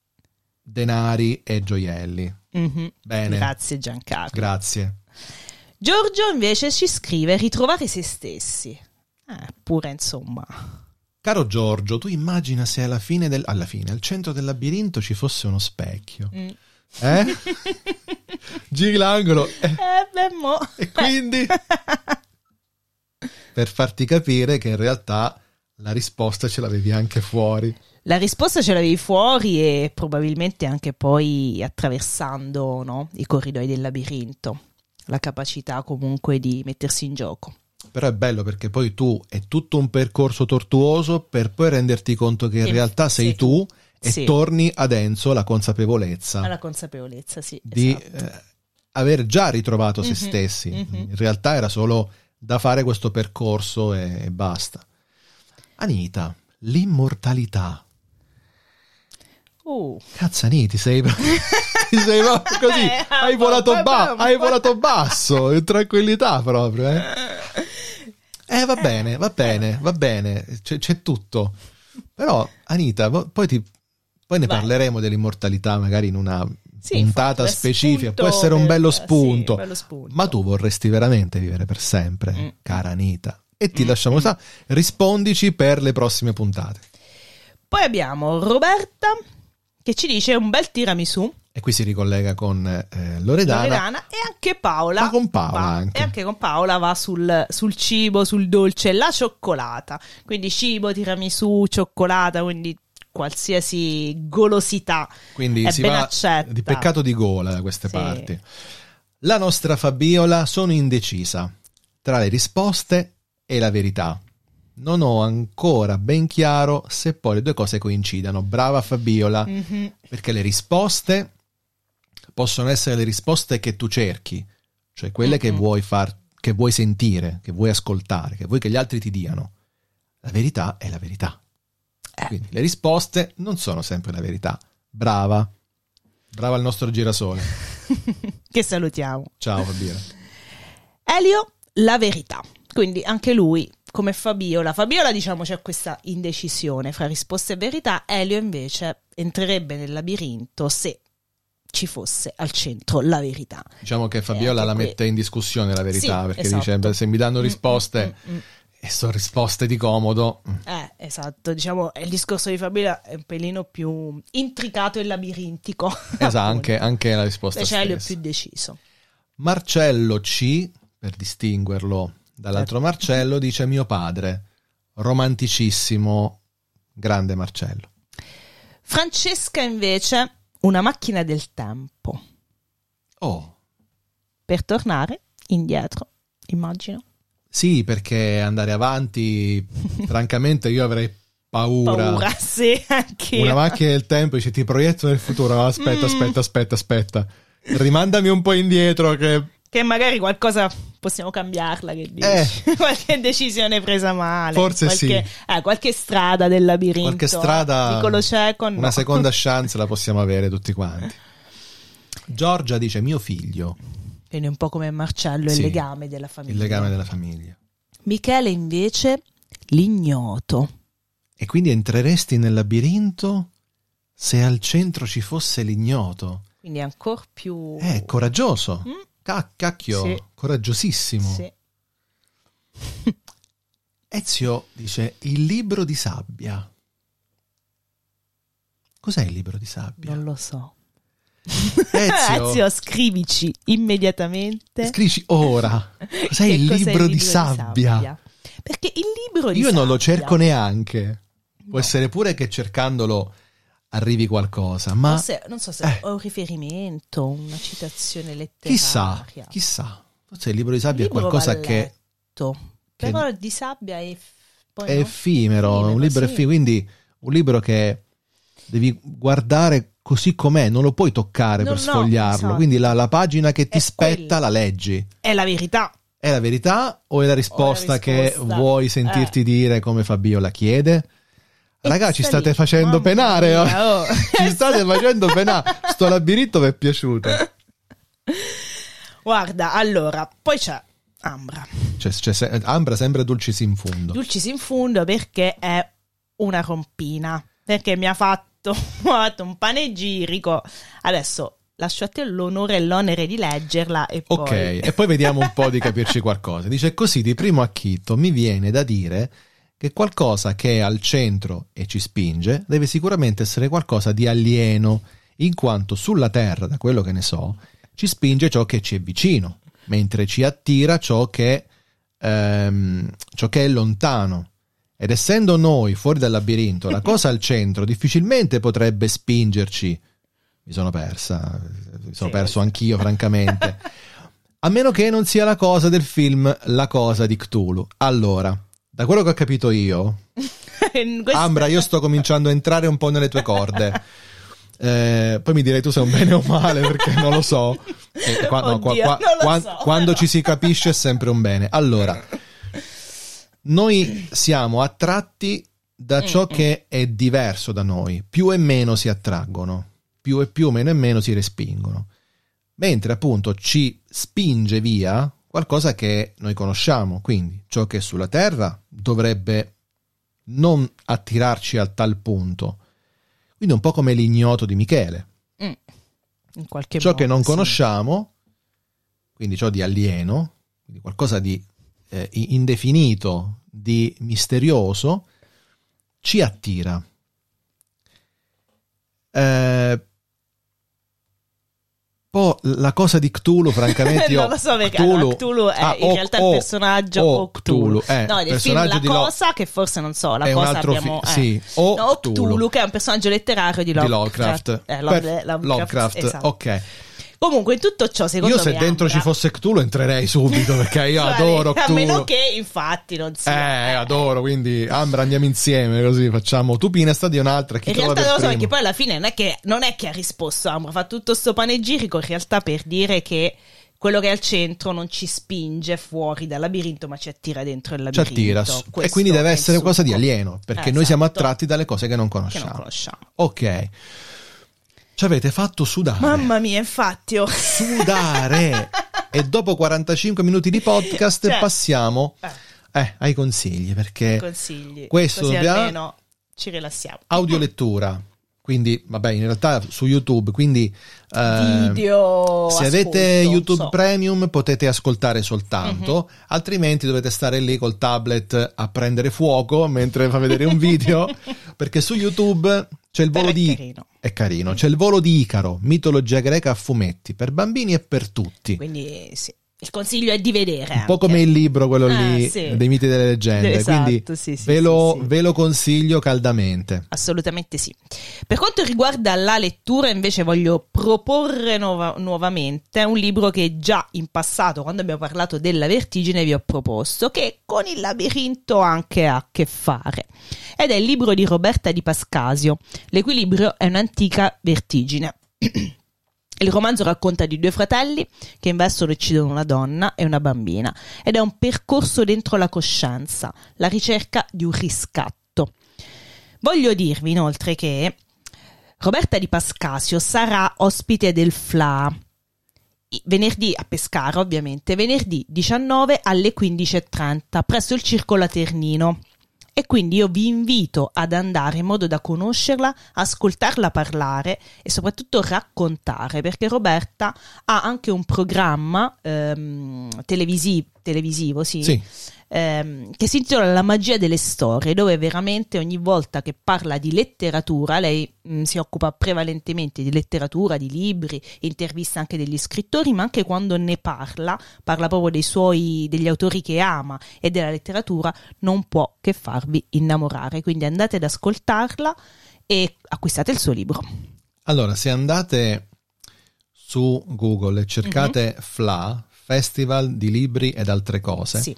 denari e gioielli. Mhm. Bene. Grazie Giancarlo. Grazie. Giorgio invece ci scrive ritrovare se stessi. Eh, pure insomma. Caro Giorgio, tu immagina se alla fine del alla fine, al centro del labirinto ci fosse uno specchio. Mm. Eh? Giri l'angolo eh, Eh, beh, mo. e quindi per farti capire che in realtà la risposta ce l'avevi anche fuori. La risposta ce l'avevi fuori e probabilmente anche poi attraversando, no, i corridoi del labirinto. La capacità comunque di mettersi in gioco. Però è bello perché poi tu è tutto un percorso tortuoso per poi renderti conto che in Che realtà sei, sei tu e Sì. torni ad Enzo la consapevolezza Alla consapevolezza, sì. di esatto. eh, aver già ritrovato se Mhm, stessi. mhm. In realtà era solo da fare questo percorso e, e basta. Anita, l'immortalità. Uh. Cazzani, ti sei, ti sei così, Eh, hai volato, ba- hai volato basso, in tranquillità proprio. Eh, eh va bene, va bene, va bene, c'è, c'è tutto. Però, Anita, vo- poi, ti, poi ne Vai. parleremo dell'immortalità magari in una Sì, puntata infatti, specifica, spunto può essere un per- bello sì, spunto. bello spunto. Ma tu vorresti veramente vivere per sempre, Mm. cara Anita? E ti Mm. lasciamo stare, rispondici per le prossime puntate. Poi abbiamo Roberta che ci dice un bel tiramisù. E qui si ricollega con eh, Loredana. Loredana e anche Paola. Ma con Paola va- anche. E anche con Paola va sul, sul cibo, sul dolce, la cioccolata. Quindi cibo, tiramisù, cioccolata, quindi qualsiasi golosità Quindi è si ben va accetta. di peccato di gola da queste Sì. parti. La nostra Fabiola: sono indecisa tra le risposte e la verità. Non ho ancora ben chiaro se poi le due cose coincidano. Brava Fabiola, Mm-hmm. perché le risposte possono essere le risposte che tu cerchi, cioè quelle che Mm-mm. vuoi far, che vuoi sentire, che vuoi ascoltare, che vuoi che gli altri ti diano. La verità è la verità. Eh. Quindi le risposte non sono sempre la verità. Brava. Brava il nostro girasole. Che salutiamo. Ciao Fabiola. Elio, la verità. Quindi anche lui, come Fabiola. Fabiola, diciamo, c'è questa indecisione fra risposte e verità. Elio invece entrerebbe nel labirinto se ci fosse al centro la verità. Diciamo che Fabiola anche la qui- mette in discussione la verità, Sì, perché esatto. dice: "Beh, se mi danno Mm, risposte mm, mm, mm. e sono risposte di comodo". Eh, esatto, diciamo, il discorso di Fabiola è un pelino più intricato e labirintico. Esatto, anche, anche la risposta Invece Elio è stessa. più deciso. Marcello C, per distinguerlo dall'altro Certo. Marcello, dice: mio padre, romanticissimo, grande Marcello. Francesca invece, una macchina del tempo. Oh, Per tornare indietro, immagino. sì, perché andare avanti, francamente io avrei paura. Paura, sì, anche Una macchina del tempo dice: ti proietto nel futuro. No, aspetta, Mm. aspetta, aspetta, aspetta. Rimandami un po' indietro che... Che magari qualcosa possiamo cambiarla, che dici? Eh. Qualche decisione presa male. Forse qualche, sì. eh, qualche strada del labirinto. Qualche strada, Piccolo cieco, no. una seconda chance la possiamo avere tutti quanti. Giorgia dice: mio figlio, Quindi un po' come Marcello, Sì, il legame della famiglia. il legame della famiglia. Michele invece, l'ignoto. E quindi entreresti nel labirinto se al centro ci fosse l'ignoto. Quindi ancora più... È coraggioso. Mm? Ca- cacchio, Sì. coraggiosissimo. Sì. Ezio dice: il libro di sabbia. Cos'è il libro di sabbia? Non lo so. Ezio, Ezio, scrivici immediatamente. scrivi ora. Cos'è Che il cos'è libro di sabbia? Perché il libro di Io sabbia... non lo cerco neanche. Può No. essere pure che cercandolo arrivi qualcosa, ma Forse, non so se Eh. è un riferimento, una citazione letteraria. chissà, chissà. Forse il libro di sabbia Il libro è qualcosa va che letto, che- però di sabbia è, poi è no? effimero, un Effimero, libro sì. effimero, quindi un libro che devi guardare così com'è, non lo puoi toccare No, per no, sfogliarlo, esatto. quindi la, la pagina che ti È spetta quella. la leggi. È la verità. È la verità o è la risposta, che risposta. vuoi sentirti Eh. dire come Fabio la chiede? Raga, ci It's state lì. facendo Mamma penare, oh. mia, oh. Ci state facendo penare. Sto labirinto mi è piaciuto. Guarda, allora, poi c'è Ambra. C'è, c'è se- Ambra sembra dulcis in fundo. Dulcis in fundo perché è una rompina, perché mi ha fatto, mi ha fatto un panegirico. Adesso lascio a te l'onore e l'onere di leggerla e poi... Ok, e poi vediamo un po' di capirci qualcosa. Dice così: di primo acchito mi viene da dire che qualcosa che è al centro e ci spinge deve sicuramente essere qualcosa di alieno, in quanto sulla Terra, da quello che ne so, ci spinge ciò che ci è vicino, mentre ci attira ciò che, ehm, ciò che è lontano. Ed essendo noi fuori dal labirinto, la cosa al centro difficilmente potrebbe spingerci. Mi sono persa, mi sono Sì. perso anch'io, francamente. A meno che non sia la cosa del film La cosa di Cthulhu. Allora, da quello che ho capito io, Questo- Ambra, io sto cominciando a entrare un po' nelle tue corde. Eh, poi mi direi tu sei un bene o male, perché non lo so. Eh, qua- no, qua- Oddio, qua- non lo qua- so, quando però. ci si capisce è sempre un bene. Allora, noi siamo attratti da ciò che è diverso da noi. Più e meno si attraggono, più e più, meno e meno si respingono. Mentre appunto ci spinge via qualcosa che noi conosciamo, quindi ciò che è sulla Terra dovrebbe non attirarci a tal punto. Quindi un po' come l'ignoto di Michele. Mm. In qualche Ciò modo, che non sì. conosciamo, quindi ciò di alieno, quindi qualcosa di eh, indefinito, di misterioso, ci attira. Eh, poi la cosa di Cthulhu, francamente, io non lo so perché Cthulhu, allora, Cthulhu è ah, in o, realtà o, il personaggio o o Cthulhu. Eh, no, nel film La di Lo- Cosa, che forse non so, La è un Cosa altro abbiamo fi- eh. sì, o no, Cthulhu. Cthulhu, che è un personaggio letterario di di Lovecraft. Lovecraft, Eh, Love- Per- Lovecraft, Lovecraft, esatto. ok. Comunque in tutto ciò, secondo Io se me dentro Ambra- ci fosse Cthulhu entrerei subito, perché io Guarda, adoro a Cthulhu. meno che infatti non Eh, sia eh. adoro, quindi Ambra andiamo insieme, così facciamo tu Pinesta di un'altra, chi In trova realtà per non lo so, primo? perché poi alla fine non è che, non è che ha risposto Ambra, fa tutto sto panegirico in realtà per dire che quello che è al centro non ci spinge fuori dal labirinto, ma ci attira dentro il Ci labirinto. attira, Questo e quindi deve è il essere qualcosa di succo. alieno, perché Eh, noi siamo esatto. attratti dalle cose che non Che conosciamo. non conosciamo. Ok. Ci avete fatto sudare. Mamma mia, infatti, oh. Sudare. E dopo quarantacinque minuti di podcast Cioè, passiamo eh, eh, ai consigli, perché consigli. questo Così dobbiamo- almeno ci rilassiamo. audiolettura, quindi vabbè, in realtà su YouTube, quindi eh, Video se ascolto, avete YouTube so. Premium potete ascoltare soltanto, Mhm. altrimenti dovete stare lì col tablet a prendere fuoco mentre fa vedere un video, perché su YouTube c'è il Però volo è di carino. è carino, c'è il volo di Icaro, mitologia greca a fumetti per bambini e per tutti. Quindi sì, il consiglio è di vedere. Un po' come il libro, quello Ah, lì sì. dei miti e delle leggende, Esatto, quindi sì, sì, ve, lo, sì, sì. ve lo consiglio caldamente. Assolutamente sì. Per quanto riguarda la lettura, invece, voglio proporre nuova- nuovamente un libro che già in passato, quando abbiamo parlato della vertigine, vi ho proposto, che con il labirinto anche ha a che fare. Ed è il libro di Roberta Di Pascasio, L'equilibrio è un'antica vertigine. Il romanzo racconta di due fratelli che investono e uccidono una donna e una bambina, ed è un percorso dentro la coscienza, la ricerca di un riscatto. Voglio dirvi inoltre che Roberta Di Pascasio sarà ospite del F L A i- venerdì a Pescara, ovviamente, venerdì diciannove alle quindici e trenta presso il Circolo Aternino. E quindi io vi invito ad andare in modo da conoscerla, ascoltarla parlare e soprattutto raccontare, perché Roberta ha anche un programma ehm, televisi- televisivo, sì, Sì. ehm, che si intitola La magia delle storie, dove veramente ogni volta che parla di letteratura, lei mh, si occupa prevalentemente di letteratura, di libri, intervista anche degli scrittori, ma anche quando ne parla, parla proprio dei suoi, degli autori che ama e della letteratura, non può che farvi innamorare. Quindi andate ad ascoltarla e acquistate il suo libro. Allora, se andate su Google e cercate F L A, Festival di Libri ed Altre Cose, Sì.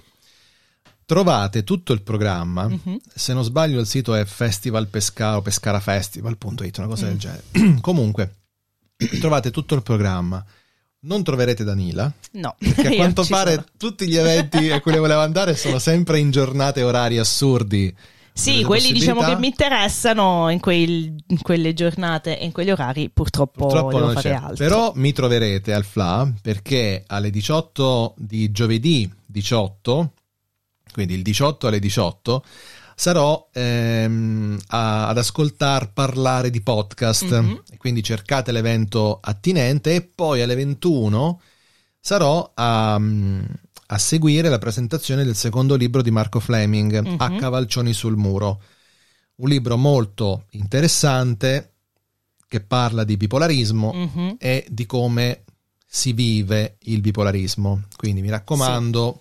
trovate tutto il programma. Mhm. Se non sbaglio il sito è Festival Pescara o pescarafestival punto it, una cosa Mm. del genere. Comunque, trovate tutto il programma. Non troverete Danila, No, perché a io quanto ci pare sono. tutti gli eventi a cui volevo andare sono sempre in giornate e orari assurdi. Sì, Avete quelli diciamo possibilità? che mi interessano in, quei- in quelle giornate e in quegli orari purtroppo, Purtroppo devo non fare c'è. altro. Però mi troverete al F L A, perché alle diciotto di giovedì diciotto, quindi il diciotto alle diciotto, sarò ehm, a- ad ascoltar parlare di podcast. Mhm. E quindi cercate l'evento attinente, e poi alle ventuno sarò a, a seguire la presentazione del secondo libro di Marco Fleming, Mhm. A cavalcioni sul muro. Un libro molto interessante che parla di bipolarismo Mhm. e di come si vive il bipolarismo. Quindi mi raccomando,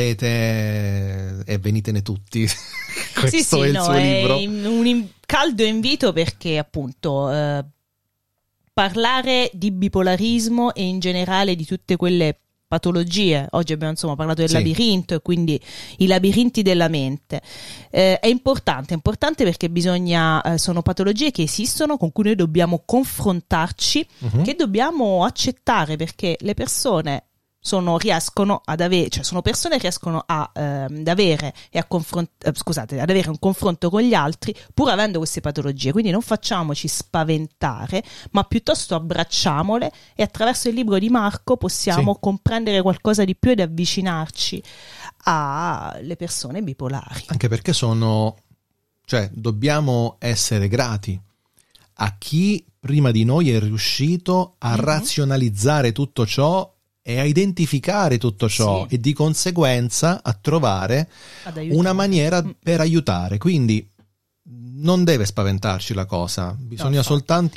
prendete e venitene tutti. Questo Sì, sì, è il no, suo è libro. in- un in- caldo invito, perché appunto eh, parlare di bipolarismo e in generale di tutte quelle patologie, oggi abbiamo insomma parlato del Sì. labirinto e quindi i labirinti della mente, eh, è importante, è importante perché bisogna, eh, sono patologie che esistono, con cui noi dobbiamo confrontarci, Mhm. che dobbiamo accettare, perché le persone sono, riescono ad avere, cioè sono persone che riescono a, ehm, ad avere e a confront- eh, scusate, ad avere un confronto con gli altri pur avendo queste patologie. Quindi non facciamoci spaventare, ma piuttosto abbracciamole, e attraverso il libro di Marco possiamo Sì. comprendere qualcosa di più ed avvicinarci alle persone bipolari. Anche perché sono, cioè, dobbiamo essere grati a chi prima di noi è riuscito a Mhm. razionalizzare tutto ciò e a identificare tutto ciò, Sì. e di conseguenza a trovare Ad aiutare. una maniera Mm. per aiutare. Quindi non deve spaventarci la cosa, bisogna infatti. soltanto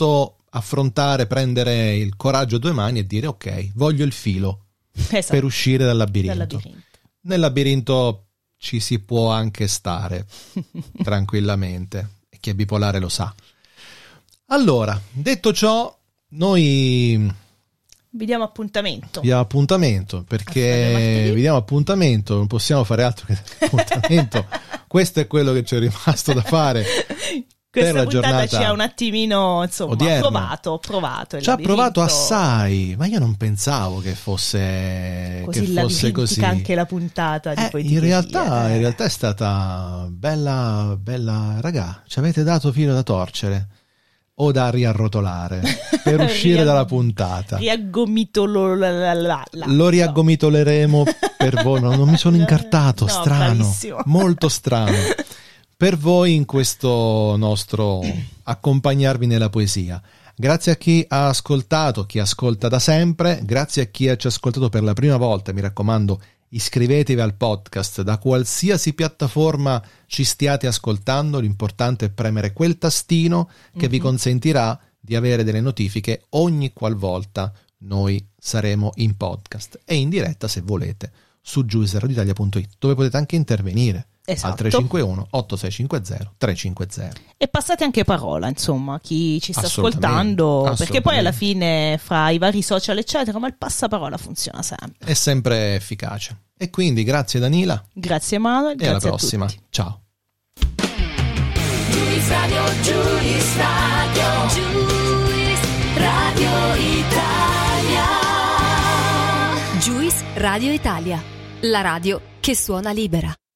affrontare, prendere il coraggio a due mani e dire ok, voglio il filo esatto. per uscire dal labirinto. Dal labirinto. Nel labirinto ci si può anche stare tranquillamente, e chi è bipolare lo sa. Allora, detto ciò, noi vi diamo appuntamento. vi diamo appuntamento perché vi diamo appuntamento, non possiamo fare altro che appuntamento. Questo è quello che ci è rimasto da fare. Questa per la puntata giornata ci ha un attimino, insomma, odierna. provato, provato. Ci ha provato assai, ma io non pensavo che fosse così, che fosse così. Anche la puntata di eh, in realtà, in realtà è stata bella, bella, raga, ci avete dato filo da torcere o da riarrotolare per uscire dalla puntata. Riaggomitolo la, la, la, Lo riaggomitoleremo per voi. No, non mi sono incartato, no, strano, bravissimo. molto strano. Per voi in questo nostro accompagnarvi nella poesia. Grazie a chi ha ascoltato, chi ascolta da sempre, grazie a chi ci ha ascoltato per la prima volta. Mi raccomando, iscrivetevi al podcast da qualsiasi piattaforma ci stiate ascoltando. L'importante è premere quel tastino che mm-hmm. vi consentirà di avere delle notifiche ogni qualvolta noi saremo in podcast e in diretta, se volete, su juice radio italia punto it, dove potete anche intervenire. Esatto. Al tre cinque uno otto sei cinque zero tre cinque zero. E passate anche parola, insomma, chi ci sta ascoltando, perché poi alla fine fra i vari social eccetera, ma il passaparola funziona sempre. È sempre efficace. E quindi grazie Danila. Grazie Manuel. E grazie alla prossima. A tutti. Ciao. Juice Radio, Juice Radio, Juice Radio Italia. Juice Radio Italia, la radio che suona libera.